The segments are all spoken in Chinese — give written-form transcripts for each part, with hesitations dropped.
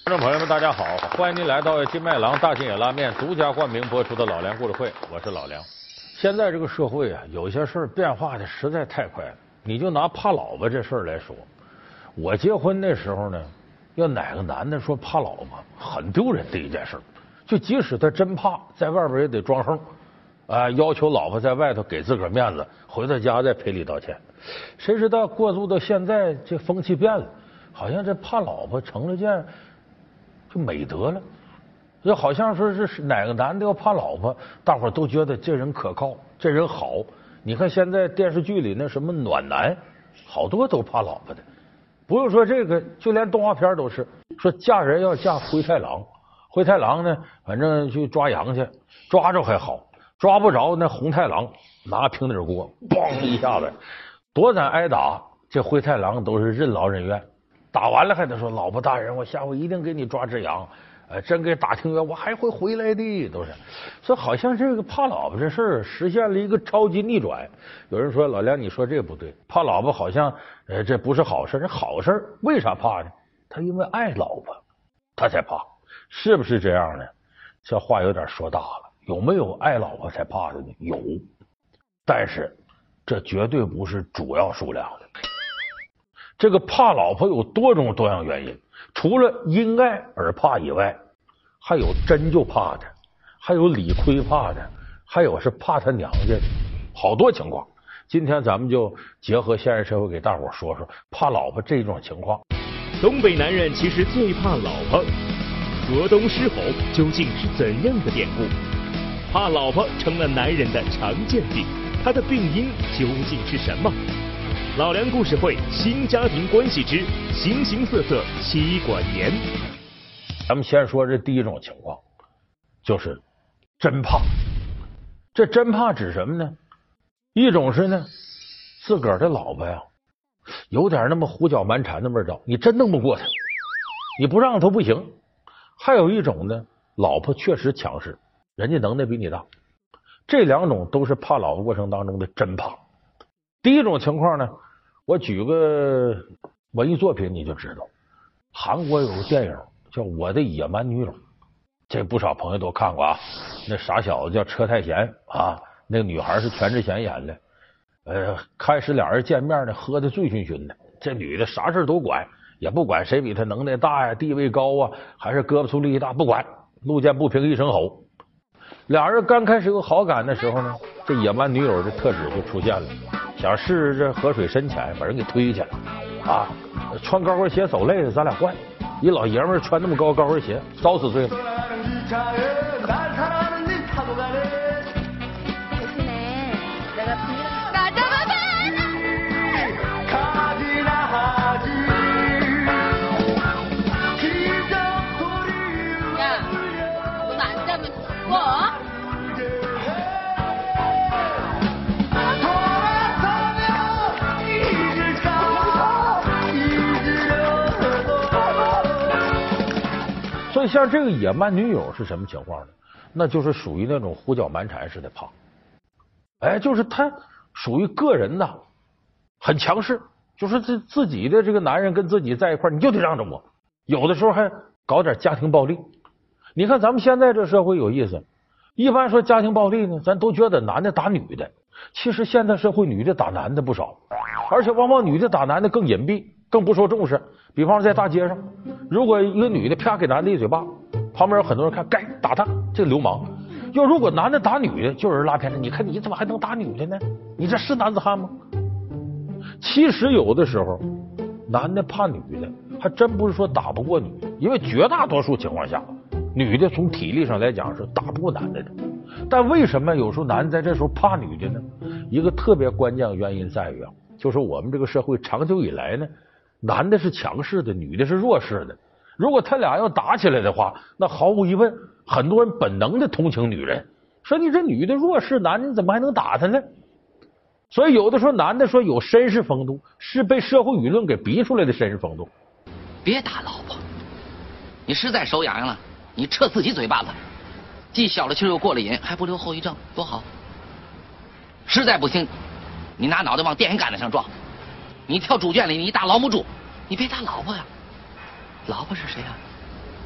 观众朋友们，大家好，欢迎您来到金麦郎大金野拉面独家冠名播出的老梁故事会，我是老梁。现在这个社会啊，有些事儿变化的实在太快了。你就拿怕老婆这事儿来说，我结婚那时候呢，要哪个男的说怕老婆，很丢人的一件事。就即使他真怕，在外边也得装横，要求老婆在外头给自个儿面子，回到家再赔礼道歉。谁知道过渡到现在，这风气变了，好像这怕老婆成了件就美德了。就好像说是哪个男的要怕老婆，大伙儿都觉得这人可靠，这人好。你看现在电视剧里那什么暖男，好多都怕老婆的。不用说这个，就连动画片都是说嫁人要嫁灰太狼。灰太狼呢，反正去抓羊去，抓着还好，抓不着那红太狼拿平底锅，嘣一下子，多咱挨打，这灰太狼都是任劳任怨。打完了还得说老婆大人，我下回一定给你抓只羊。真给打听完，我还会回来的，都是。所以好像这个怕老婆这事儿实现了一个超级逆转。有人说老梁，你说这不对，怕老婆好像这不是好事，这好事为啥怕呢？他因为爱老婆，他才怕，是不是这样呢？这话有点说大了。有没有爱老婆才怕的呢？有，但是这绝对不是主要数量的。这个怕老婆有多种多样原因。除了因爱而怕以外，还有真就怕的，还有理亏怕的，还有是怕他娘家的，好多情况。今天咱们就结合现实社会给大伙说说怕老婆这种情况。 东北男人其实最怕老婆，河东狮吼究竟是怎样的典故？怕老婆成了男人的常见病，它的病因究竟是什么？老梁故事会新家庭关系之形形色色妻管严。 咱们先说这第一种情况，就是真怕。这真怕指什么呢？一种是呢，自个儿的老婆呀，有点那么胡搅蛮缠的味道，你真弄不过他，你不让他不行。还有一种呢，老婆确实强势，人家能耐比你大。这两种都是怕老婆过程当中的真怕。第一种情况呢，我举个文艺作品你就知道，韩国有个电影叫《我的野蛮女友》，这不少朋友都看过啊。那傻小子叫车太贤啊，那个女孩是全智贤演的。开始俩人见面呢，喝的醉醺醺的，这女的啥事都管，也不管谁比她能耐大呀、地位高啊，还是胳膊粗力气大，不管，路见不平一声吼。俩人刚开始有好感的时候呢，这野蛮女友的特质就出现了，想试试这河水深浅，把人给推下来啊！穿高跟鞋走累了，咱俩换。一老爷们穿那么高跟鞋，遭死罪了。所以像这个野蛮女友是什么情况呢？那就是属于那种胡搅蛮缠似的怕。就是他属于个人呐，很强势，就是自己的这个男人跟自己在一块你就得让着我，有的时候还搞点家庭暴力。你看咱们现在这社会有意思，一般说家庭暴力呢，咱都觉得男的打女的，其实现在社会女的打男的不少，而且往往女的打男的更隐蔽，更不受重视。比方说在大街上，如果一个女的啪给男的一嘴巴，旁边有很多人看，该打他，这个流氓。要如果男的打女的，就有人拉偏了，你看你怎么还能打女的呢？你这是男子汉吗？其实有的时候男的怕女的还真不是说打不过女的，因为绝大多数情况下女的从体力上来讲是打不过男的的。但为什么有时候男的在这时候怕女的呢？一个特别关键的原因在于就是我们这个社会长久以来呢，男的是强势的，女的是弱势的。如果他俩要打起来的话，那毫无疑问很多人本能的同情女人，说你这女的弱势，男的怎么还能打她呢？所以有的时候男的说有绅士风度，是被社会舆论给逼出来的绅士风度。 别打老婆，你实在手痒痒了，你撤自己嘴巴子，既消了气又过了瘾，还不留后遗症，多好。实在不行，你拿脑袋往电线杆子上撞，你跳猪圈里你打老母猪，你别打老婆呀。老婆是谁呀？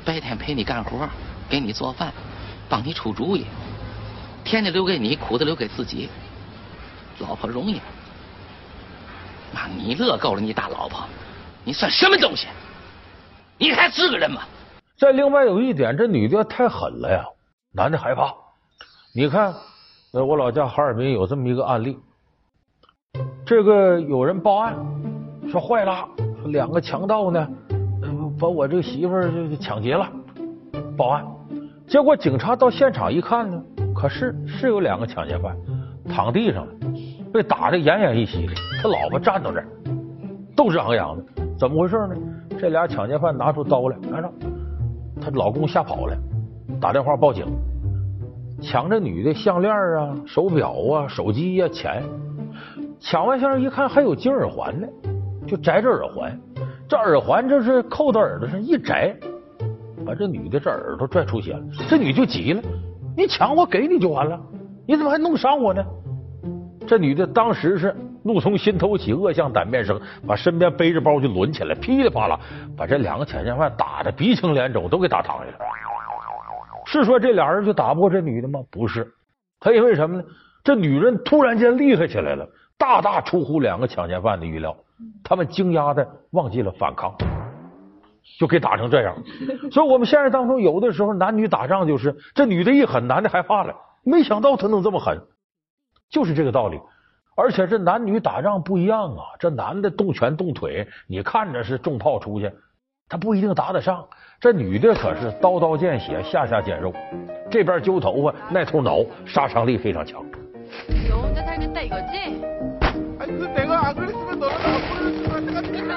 白天陪你干活，给你做饭，帮你出主意，甜的留给你，苦的留给自己。老婆容易？妈，你乐够了，你大老婆，你算什么东西？你还是个人吗？ 再另外有一点，这女的太狠了呀，男的害怕。你看，我老家哈尔滨有这么一个案例，这个有人报案说坏了，说2个强盗呢，把我这个媳妇儿就抢劫了，报案。结果警察到现场一看呢，可是有2个抢劫犯躺地上了，被打得奄奄一息的，他老婆站到这儿，斗志昂扬的。怎么回事呢？这俩抢劫犯拿出刀来，看着她老公吓跑了，打电话报警，抢这女的项链啊、手表啊、手机啊、钱。抢完项链一看还有金耳环呢，就摘这耳环。这耳环这是扣到耳朵上一摘，把这女的这耳朵拽出血了。这女就急了，你抢我给你就完了，你怎么还弄伤我呢？这女的当时是怒从心头起，恶向胆边生，把身边背着包就抡起来，噼里啪啦把这2个抢劫犯打得鼻青脸肿，都给打躺下了。是说这俩人就打不过这女的吗？不是，他因为什么呢？这女人突然间厉害起来了，大大出乎2个抢劫犯的预料，他们惊讶的忘记了反抗，就给打成这样。所以我们现实当中有的时候男女打仗就是这女的一狠，男的害怕了，没想到他能这么狠，就是这个道理。而且这男女打仗不一样啊，这男的动拳动腿，你看着是重炮出去，他不一定打得上。这女的可是刀刀见血，下下见肉，这边揪头发，那头挠，杀伤力非常强。 너 혼자 살겠다 이거지? 아니 그 내가 안 그랬으면 너는 안 그랬을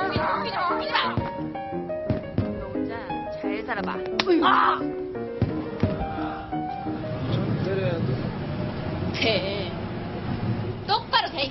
거야. 너 혼자 잘 살아봐. 아! 좀 때려야지. 대. 똑바로 대.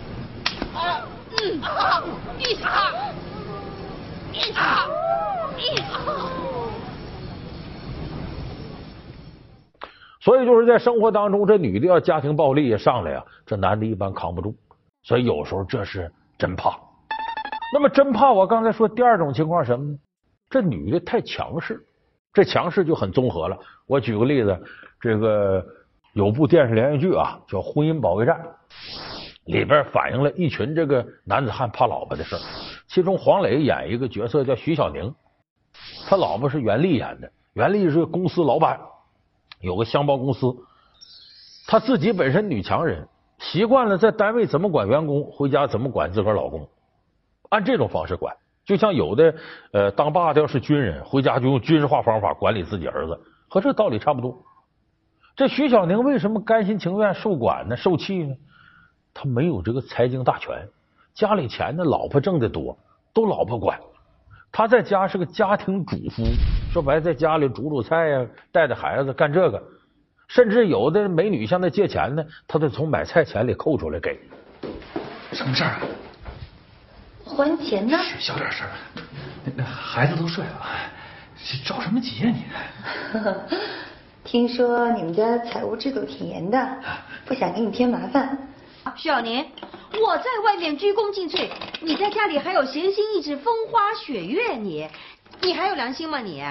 所以就是在生活当中，这女的要家庭暴力也上来呀，这男的一般扛不住，所以有时候这是真怕。那么真怕，我刚才说第2种情况什么呢？这女的太强势，这强势就很综合了。我举个例子，这个有部电视连续剧啊，叫《婚姻保卫战》，里边反映了一群这个男子汉怕老婆的事儿。其中黄磊演一个角色叫徐小宁，他老婆是袁立演的，袁立是公司老板。有个箱包公司，她自己本身女强人，习惯了在单位怎么管员工，回家怎么管自个儿老公，按这种方式管。就像有的当爸的要是军人，回家就用军事化方法管理自己儿子，和这道理差不多。这徐小宁为什么甘心情愿受管呢？受气呢？他没有这个财经大权，家里钱呢，老婆挣得多，都老婆管。他在家是个家庭主妇，说白在家里煮菜呀，带着孩子干这个，甚至有的美女向他借钱呢，他得从买菜钱里扣出来给。 什么事儿啊？ 还钱呢？ 小点事儿，那孩子都睡了，着什么急呀你？ 听说你们家财务制度挺严的，不想给你添麻烦。 徐小宁，我在外面鞠躬尽瘁，你在家里还有闲心一直风花雪月，你还有良心吗你？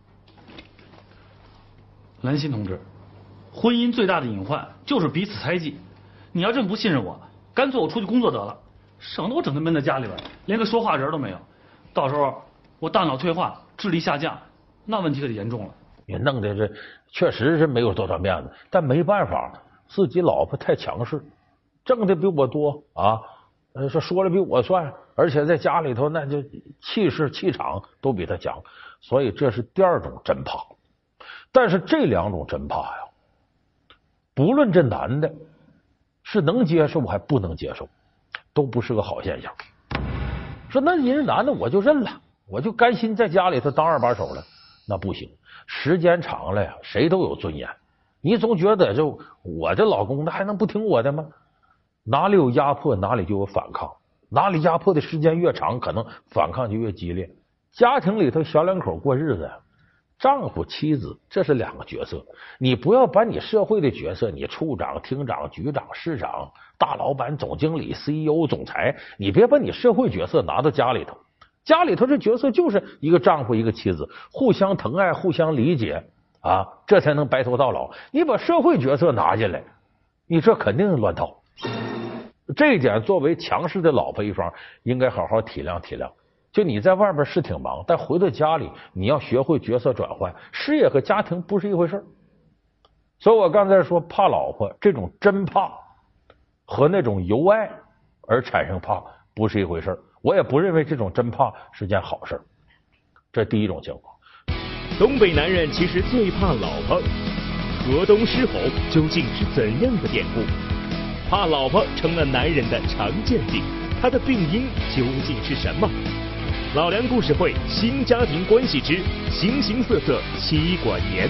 兰心同志，婚姻最大的隐患就是彼此猜忌。你要这么不信任我，干脆我出去工作得了，省得我整天闷在家里边，连个说话人都没有。到时候我大脑退化，智力下降，那问题可就严重了。 也弄得这确实是没有多少面子，但没办法，自己老婆太强势。挣的比我多啊，说了比我算，而且在家里头那就气势气场都比他强，所以这是第2种真怕。但是这2种真怕呀，不论这男的是能接受还不能接受，都不是个好现象。说那人家男的我就认了，我就甘心在家里头当2把手了，那不行。时间长了呀，谁都有尊严，你总觉得就我这老公他还能不听我的吗？哪里有压迫，哪里就有反抗，哪里压迫的时间越长，可能反抗就越激烈。家庭里头小两口过日子，丈夫妻子这是2个角色，你不要把你社会的角色，你处长、厅长、局长、市长、大老板、总经理、CEO、总裁，你别把你社会角色拿到家里头， 家里头这角色就是一个丈夫一个妻子，互相疼爱互相理解啊，这才能白头到老。你把社会角色拿进来，你这肯定乱套。这一点作为强势的老婆一方应该好好体谅体谅。就你在外边是挺忙，但回到家里你要学会角色转换，事业和家庭不是一回事。所以我刚才说怕老婆，这种真怕和那种由爱而产生怕不是一回事，我也不认为这种真怕是件好事。这第一种情况。 东北男人其实最怕老婆，河东狮吼究竟是怎样的典故？怕老婆成了男人的常见病，他的病因究竟是什么？老梁故事会新家庭关系之形形色色妻管严。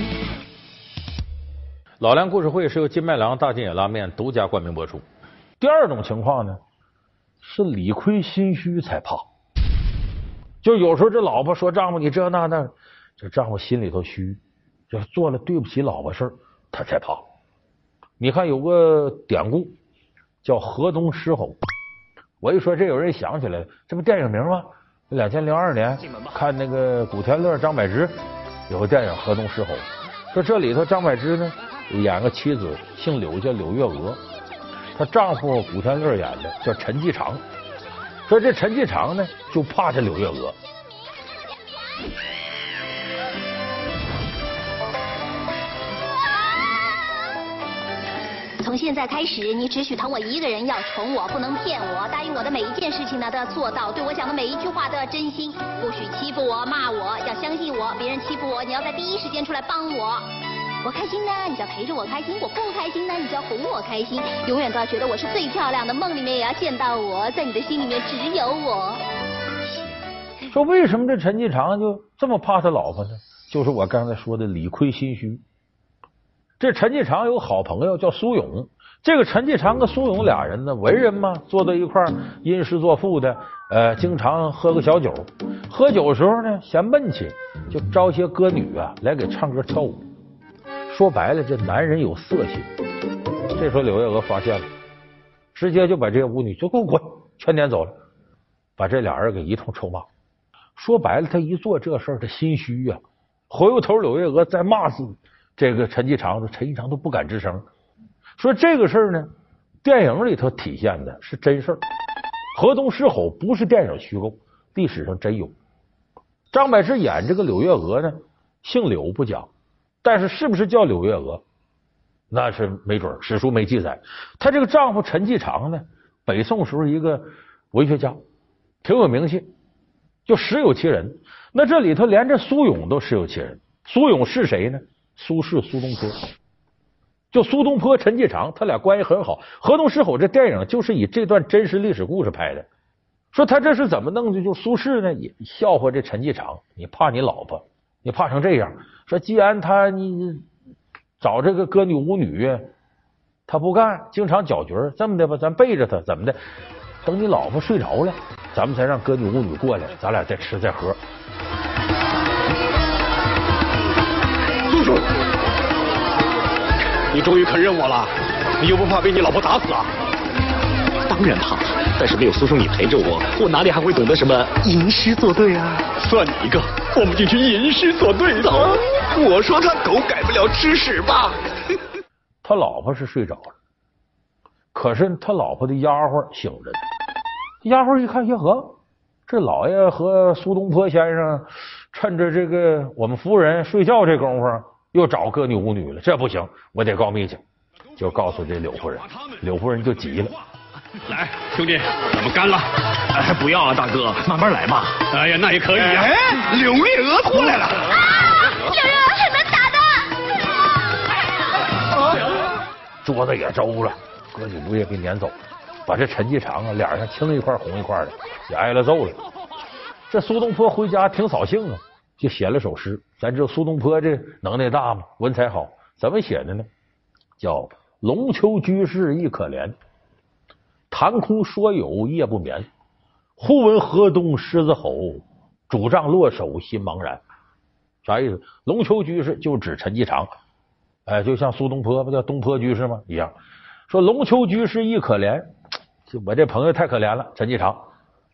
老梁故事会是由金麦郎大金野拉面独家冠名播出。第二种情况呢，是理亏心虚才怕。就有时候这老婆说丈夫你这那，这丈夫心里头虚，就做了对不起老婆事儿，他才怕。你看有个典故叫河东狮吼，我一说这有人想起来了，这不电影名吗？2002年看那个古天乐、张柏芝有个电影《河东狮吼》，说这里头张柏芝呢演个妻子姓柳，叫柳月娥，她丈夫古天乐演的叫陈继常。说这陈继常呢就怕这柳月娥。 从现在开始，你只许疼我一个人，要宠我，不能骗我，答应我的每一件事情呢都要做到，对我讲的每一句话都要真心，不许欺负我、骂我，要相信我，别人欺负我，你要在第一时间出来帮我。我开心呢，你就要陪着我开心；我不开心呢，你就要哄我开心。永远都要觉得我是最漂亮的，梦里面也要见到我，在你的心里面只有我。 说为什么这陈继常就这么怕他老婆呢？就是我刚才说的理亏心虚。这陈继常有好朋友叫苏勇，这个陈继常跟苏勇俩人呢，文人嘛，坐在一块儿吟诗作赋的，经常喝个小酒。喝酒的时候呢，嫌闷气，就招些歌女啊来给唱歌跳舞。说白了，这男人有色心。这时候柳月娥发现了，直接就把这些舞女就给我滚，全撵走了，把这俩人给一通臭骂。说白了，他一做这事儿，他心虚啊。回过头，柳月娥再骂死这个陈继常，陈继常都不敢吱声。说这个事儿呢，电影里头体现的是真事儿，河东狮吼不是电影虚构，历史上真有。张柏芝演这个柳月娥呢，姓柳不讲，但是是不是叫柳月娥，那是没准，史书没记载。她这个丈夫陈继常呢，北宋时候一个文学家，挺有名气，就实有其人。那这里头连这苏勇都实有其人。苏勇是谁呢？苏轼、苏东坡。就苏东坡、陈继常，他俩关系很好。河东狮吼这电影就是以这段真实历史故事拍的。说他这是怎么弄的？就苏轼呢也笑话这陈继常，你怕你老婆，你怕成这样。说既然你找这个歌女舞女，他不干，经常搅局，这么的吧，咱背着他，怎么的？等你老婆睡着了，咱们才让歌女舞女过来，咱俩再吃再喝。 叔叔，你终于肯认我了，你又不怕被你老婆打死啊？当然怕，但是没有苏叔你陪着我，我哪里还会懂得什么吟诗作对啊？算你一个，我们就去吟诗作对走。我说他狗改不了吃屎吧。 他老婆是睡着了，可是他老婆的丫鬟醒着呢。丫鬟一看，呵，这老爷和苏东坡先生趁着这个我们夫人睡觉这功夫，又找歌女舞女了，这不行，我得告密去。就告诉这柳夫人，柳夫人就急了。 来，兄弟，咱们干了！哎，不要啊，大哥，慢慢来嘛。哎呀，那也可以啊。哎，柳月娥过来了。 柳月娥很能打的。 桌子也周了，歌女舞也给撵走，把这陈继常啊脸上青一块红一块的，也挨了揍了。这苏东坡回家挺扫兴啊，就写了首诗。咱知道苏东坡这能耐大嘛，文采好，怎么写的呢？叫龙丘居士亦可怜，谈空说有夜不眠。忽闻河东狮子吼，拄杖落手心茫然。啥意思？龙丘居士就指陈继常，就像苏东坡不叫东坡居士吗？一样。说龙丘居士亦可怜，就我这朋友太可怜了，陈继常。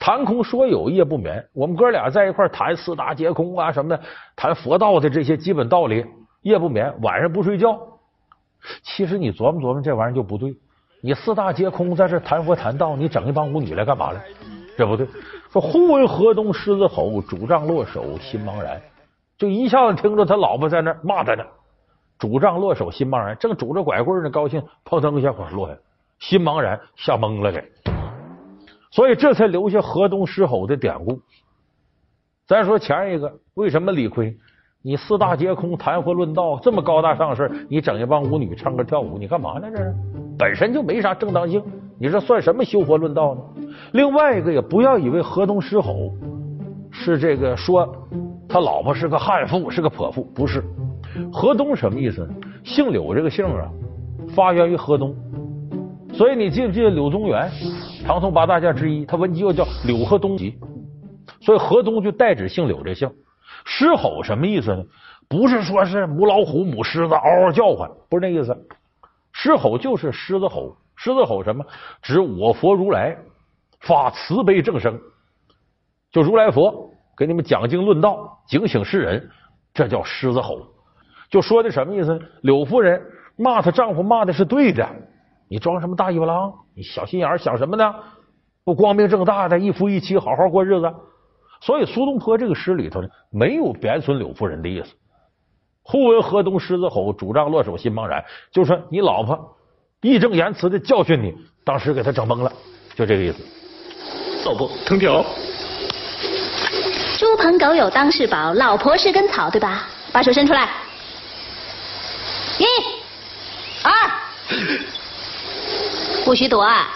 谈空说有夜不眠，我们哥俩在一块谈四大皆空啊什么的，谈佛道的这些基本道理，夜不眠，晚上不睡觉。其实你琢磨琢磨，这玩意儿就不对。你四大皆空在这谈佛谈道，你整一帮舞女来干嘛来？这不对。说忽闻河东狮子吼，主杖落手心茫然。就一下子听着他老婆在那骂他呢，主杖落手心茫然，正拄着拐棍呢，高兴，砰腾一下管落下，心茫然，吓懵了给。所以这才留下河东狮吼的典故。咱说前一个，为什么理亏？你四大皆空谈佛论道这么高大上事，你整一帮舞女唱歌跳舞，你干嘛呢？这是本身就没啥正当性，你这算什么修佛论道呢？另外一个，也不要以为河东狮吼是这个说他老婆是个悍妇，是个泼妇，不是。河东什么意思呢？姓柳这个姓啊，发源于河东，所以你记不记得柳宗元，唐宋八大家之一，他文集又叫《柳河东集》，所以河东就代指姓柳这姓。狮吼什么意思呢？不是说是母老虎、母狮子嗷嗷叫唤，不是那意思。狮吼就是狮子吼，狮子吼什么？指我佛如来发慈悲正生，就如来佛给你们讲经论道，警醒世人，这叫狮子吼。就说的什么意思呢？柳夫人骂她丈夫骂的是对的，你装什么大尾巴狼？你小心眼想什么呢？不光明正大的一夫一妻好好过日子。所以苏东坡这个诗里头呢，没有贬损柳夫人的意思。忽闻河东狮子吼，主杖落手心茫然，就说你老婆义正言辞的教训你，当时给他整懵了，就这个意思。 老婆藤条， 猪朋狗友当是宝，老婆是根草，对吧？把手伸出来。1、2，不许躲啊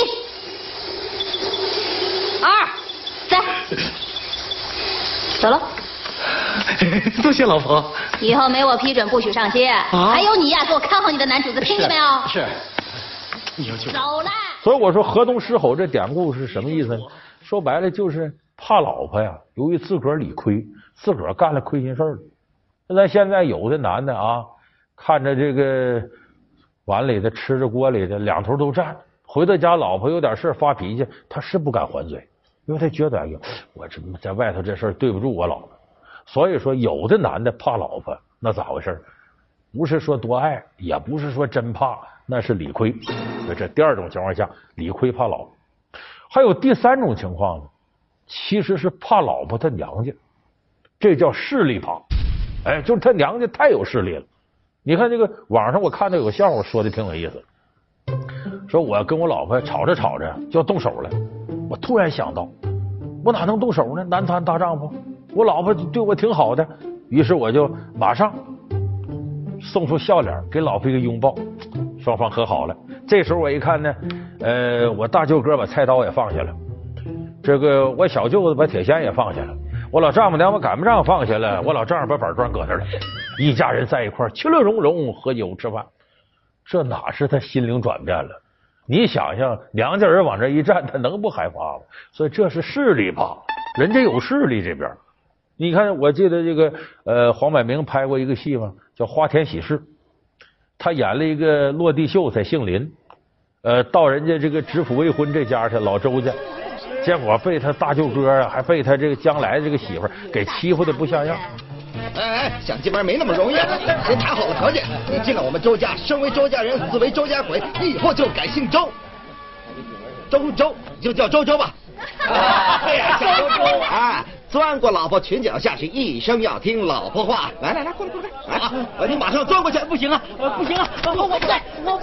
！1、2、3，走了。 多谢老婆。 以后没我批准不许上街。还有你呀，给我看好你的男主子，听见没有？ 是。你要去走了。 所以我说河东狮吼这典故是什么意思呢？说白了就是怕老婆呀，由于自个儿理亏，自个儿干了亏心事了。咱现在有的男的啊，看着这个碗里的吃着锅里的，两头都占，回到家老婆有点事发脾气，他是不敢还嘴，因为他觉得哎呀，我这在外头这事对不住我老婆。所以说有的男的怕老婆，那咋回事？不是说多爱，也不是说真怕，那是理亏。所以这第二种情况下，理亏怕老婆。还有第三种情况呢，其实是怕老婆他娘家，这叫势力怕。哎，就是他娘家太有势力了。你看这个网上我看到有个笑话说的挺有意思，说我跟我老婆吵着吵着就要动手了，我突然想到，我哪能动手呢？难谈大丈夫，我老婆对我挺好的，于是我就马上送出笑脸，给老婆一个拥抱，双方和好了。这时候我一看呢，我大舅哥把菜刀也放下了，这个我小舅子把铁锨也放下了，我老丈母娘把擀面杖放下了，我老丈人把板砖搁那了，一家人在一块其乐融融喝酒吃饭。这哪是他心灵转变了？你想想，娘家人往这一站，他能不害怕吗？所以这是势力怕，人家有势力这边。你看，我记得这个黄百鸣拍过一个戏嘛，叫《花田喜事》，他演了一个落地秀才姓林，到人家这个知府未婚这家去，老周家，结果被他大舅哥啊，还被他这个将来这个媳妇给欺负的不像样。 哎，想进门没那么容易，先谈好了条件，你进了我们周家，身为周家人，死为周家鬼，你以后就改姓周，周就叫周吧。对呀，叫周啊！钻过老婆裙角下去，一生要听老婆话。来，过来！啊，你马上钻过去！不行啊，我不钻，我不钻，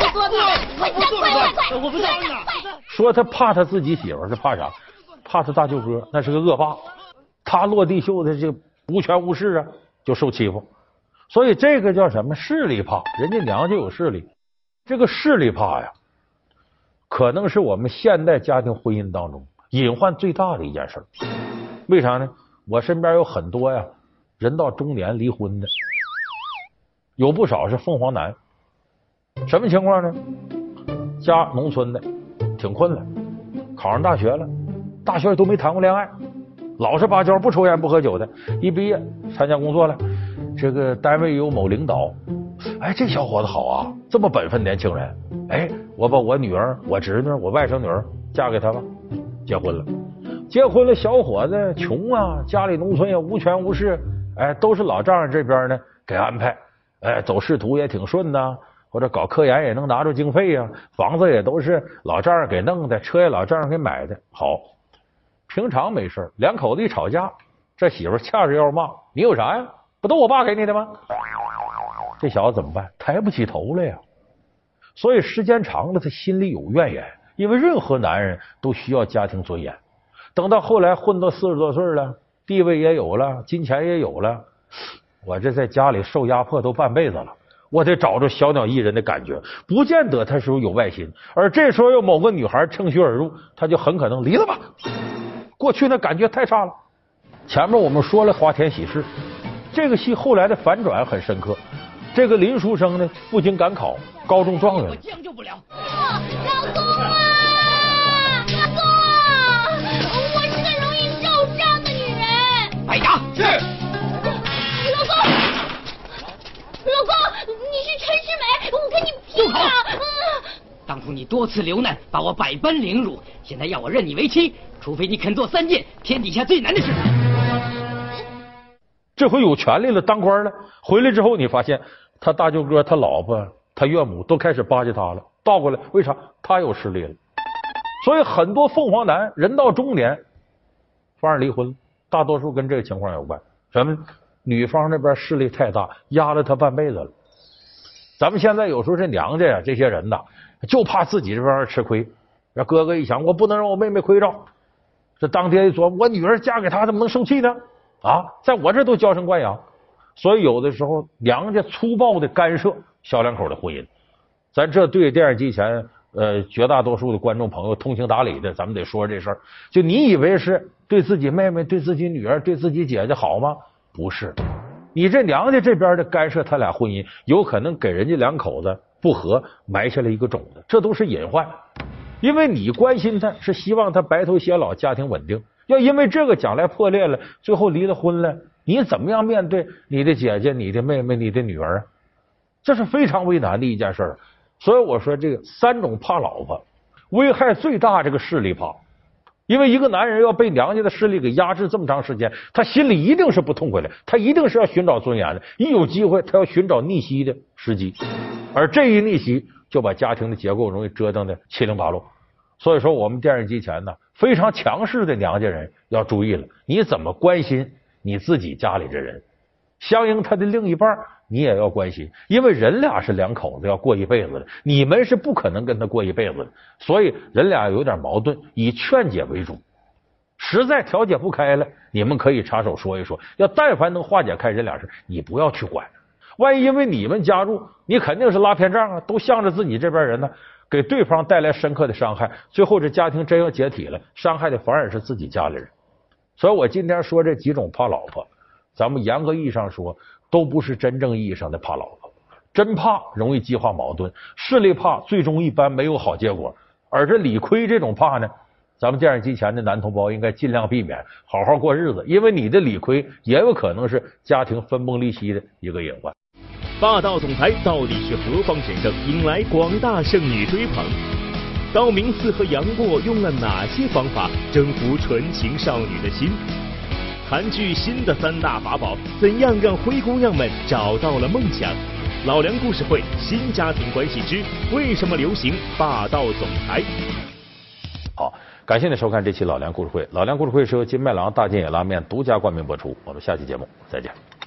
我不钻。 说他怕他自己媳妇是怕啥？怕他大舅哥，那是个恶霸，他落地秀的就无权无势啊，就受欺负。所以这个叫什么势力怕？人家娘家有势力，这个势力怕呀，可能是我们现代家庭婚姻当中隐患最大的一件事。为啥呢？我身边有很多呀，人到中年离婚的，有不少是凤凰男。什么情况呢？家农村的，挺困了，考上大学了，大学都没谈过恋爱，老实巴交，不抽烟不喝酒的。一毕业参加工作了，这个单位有某领导，哎，这小伙子好啊，这么本分年轻人，哎，我把我女儿、我侄女、我外甥女儿嫁给他吧，结婚了。 结婚了小伙子穷啊，家里农村也无权无势，都是老丈人这边呢给安排，走仕途也挺顺呐，或者搞科研也能拿出经费啊，房子也都是老丈人给弄的，车也老丈人给买的。好，平常没事，两口子一吵架，这媳妇掐着腰骂：“你有啥呀？不都我爸给你的吗？”这小子怎么办？抬不起头来呀。所以时间长了，他心里有怨言，因为任何男人都需要家庭尊严。等到后来混到40多岁了，地位也有了，金钱也有了，我这在家里受压迫都半辈子了，我得找着小鸟依人的感觉，不见得他是有外心。而这时候有某个女孩趁虚而入，他就很可能离了吧。过去那感觉太差了。前面我们说了花田喜事，这个戏后来的反转很深刻。这个林书生呢，不仅赶考高中状元， 我将就不了。老公啊，老公啊，我是个容易受伤的女人。 白牙是。 老公，你是陈世美，我跟你拼了！ 当初你多次流难，把我百般凌辱，现在要我认你为妻，除非你肯做3件天底下最难的事。 这回有权利了，当官了，回来之后你发现他大舅哥、他老婆、他岳母都开始巴结他了，倒过来，为啥？他有势力了。所以很多凤凰男人到中年反而离婚了，大多数跟这个情况有关。什么？女方那边势力太大，压了他半辈子了。咱们现在有时候这娘家呀，这些人呐，就怕自己这边吃亏。让哥哥一想，我不能让我妹妹亏着。这当爹一说，我女儿嫁给他，怎么能生气呢？啊，在我这都娇生惯养。所以有的时候娘家粗暴的干涉小两口的婚姻。咱这对电视机前绝大多数的观众朋友通情达理的，咱们得说这事儿。就你以为是对自己妹妹、对自己女儿、对自己姐姐好吗？不是，你这娘家这边的干涉他俩婚姻，有可能给人家两口子不和埋下了一个种子，这都是隐患。因为你关心他是希望他白头偕老，家庭稳定，要因为这个将来破裂了，最后离了婚了，你怎么样面对你的姐姐、你的妹妹、你的女儿啊？这是非常为难的一件事。所以我说这个3种怕老婆，危害最大这个势力怕。因为一个男人要被娘家的势力给压制这么长时间，他心里一定是不痛快的，他一定是要寻找尊严的，一有机会他要寻找逆袭的时机，而这一逆袭就把家庭的结构容易折腾的七零八落。所以说我们电视机前呢，非常强势的娘家人要注意了，你怎么关心你自己家里的人，相应他的另一半你也要关心，因为人俩是两口子要过一辈子的，你们是不可能跟他过一辈子的，所以人俩有点矛盾，以劝解为主。实在调解不开了，你们可以插手说一说，要但凡能化解开人俩事，你不要去管。万一因为你们加入，你肯定是拉偏仗啊，都向着自己这边人呢，给对方带来深刻的伤害，最后这家庭真要解体了，伤害的反而是自己家里人。所以我今天说这几种怕老婆，咱们严格意义上说都不是真正意义上的怕老婆，真怕容易激化矛盾，势力怕最终一般没有好结果，而这理亏这种怕呢，咱们电视机前的男同胞应该尽量避免，好好过日子，因为你的理亏也有可能是家庭分崩离析的一个隐患。 霸道总裁到底是何方神圣，引来广大剩女追捧？道明寺和杨过用了哪些方法征服纯情少女的心？韩剧新的3大法宝，怎样让灰姑娘们找到了梦想？老梁故事会新家庭关系之为什么流行霸道总裁？ 好，感谢您收看这期老梁故事会。老梁故事会是由金麦郎大金野拉面独家冠名播出，我们下期节目再见。